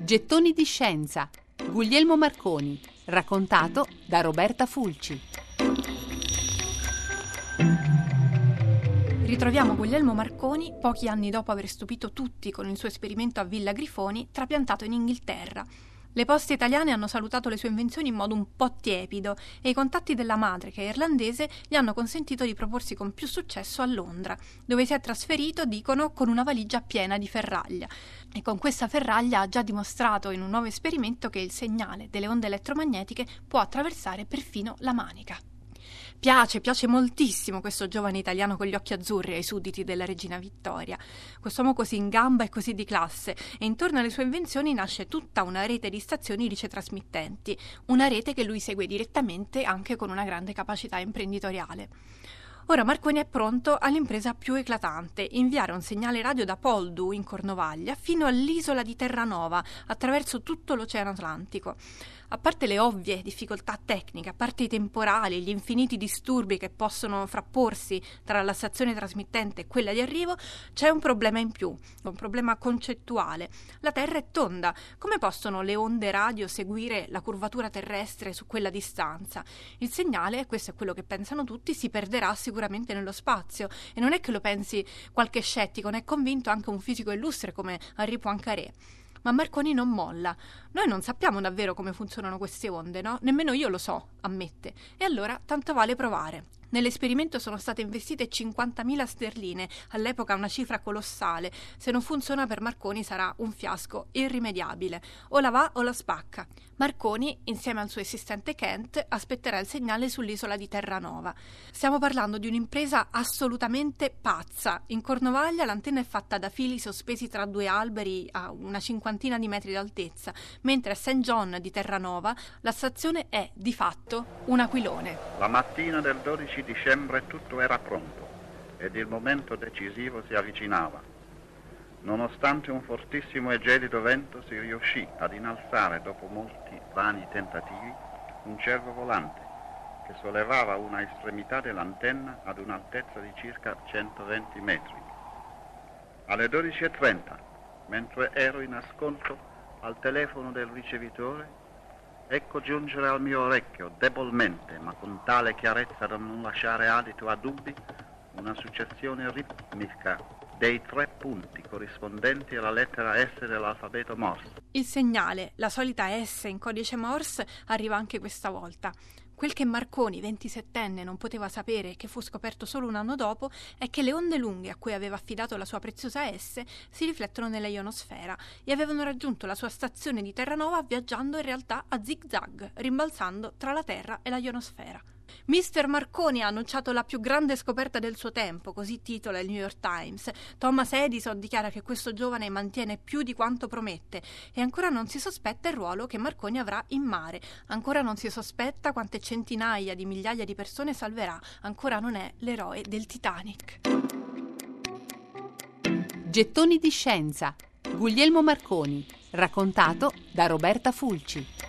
Gettoni di scienza. Guglielmo Marconi. Raccontato da Roberta Fulci. Ritroviamo Guglielmo Marconi pochi anni dopo aver stupito tutti con il suo esperimento a Villa Grifoni, trapiantato in Inghilterra. Le poste italiane hanno salutato le sue invenzioni in modo un po' tiepido e i contatti della madre, che è irlandese, gli hanno consentito di proporsi con più successo a Londra, dove si è trasferito, dicono, con una valigia piena di ferraglia. E con questa ferraglia ha già dimostrato in un nuovo esperimento che il segnale delle onde elettromagnetiche può attraversare perfino la manica. Piace moltissimo questo giovane italiano con gli occhi azzurri ai sudditi della regina Vittoria. Quest'uomo così in gamba e così di classe, e intorno alle sue invenzioni nasce tutta una rete di stazioni ricetrasmittenti, una rete che lui segue direttamente anche con una grande capacità imprenditoriale. Ora Marconi è pronto all'impresa più eclatante, inviare un segnale radio da Poldhu in Cornovaglia fino all'isola di Terranova, attraverso tutto l'Oceano Atlantico. A parte le ovvie difficoltà tecniche, a parte i temporali, gli infiniti disturbi che possono frapporsi tra la stazione trasmittente e quella di arrivo, c'è un problema in più, un problema concettuale. La Terra è tonda, come possono le onde radio seguire la curvatura terrestre su quella distanza? Il segnale, questo è quello che pensano tutti, si perderà sicuramente nello spazio, e non è che lo pensi qualche scettico, ne è convinto anche un fisico illustre come Henri Poincaré. Ma Marconi non molla. Noi non sappiamo davvero come funzionano queste onde, no? Nemmeno io lo so, ammette. E allora tanto vale provare. Nell'esperimento sono state investite 50.000 sterline, all'epoca una cifra colossale. Se non funziona per Marconi sarà un fiasco irrimediabile. O la va o la spacca. Marconi, insieme al suo assistente Kent, aspetterà il segnale sull'isola di Terranova. Stiamo parlando di un'impresa assolutamente pazza. In Cornovaglia l'antenna è fatta da fili sospesi tra due alberi a una cinquantina di metri d'altezza, mentre a St. John di Terranova la stazione è, di fatto, un aquilone. La mattina del 12 dicembre tutto era pronto ed il momento decisivo si avvicinava. Nonostante un fortissimo e gelido vento si riuscì ad innalzare, dopo molti vani tentativi, un cervo volante che sollevava una estremità dell'antenna ad un'altezza di circa 120 metri. Alle 12:30, mentre ero in ascolto al telefono del ricevitore, ecco giungere al mio orecchio, debolmente, ma con tale chiarezza da non lasciare adito a dubbi, una successione ritmica dei 3 punti corrispondenti alla lettera S dell'alfabeto Morse. Il segnale, la solita S in codice Morse, arriva anche questa volta. Quel che Marconi, 27enne, non poteva sapere e che fu scoperto solo un anno dopo è che le onde lunghe a cui aveva affidato la sua preziosa S si riflettono nella ionosfera e avevano raggiunto la sua stazione di Terranova viaggiando in realtà a zig-zag, rimbalzando tra la Terra e la ionosfera. Mister Marconi ha annunciato la più grande scoperta del suo tempo, così titola il New York Times. Thomas Edison dichiara che questo giovane mantiene più di quanto promette e ancora non si sospetta il ruolo che Marconi avrà in mare, ancora non si sospetta quante centinaia di migliaia di persone salverà, ancora non è l'eroe del Titanic. Gettoni di scienza. Guglielmo Marconi. Raccontato da Roberta Fulci.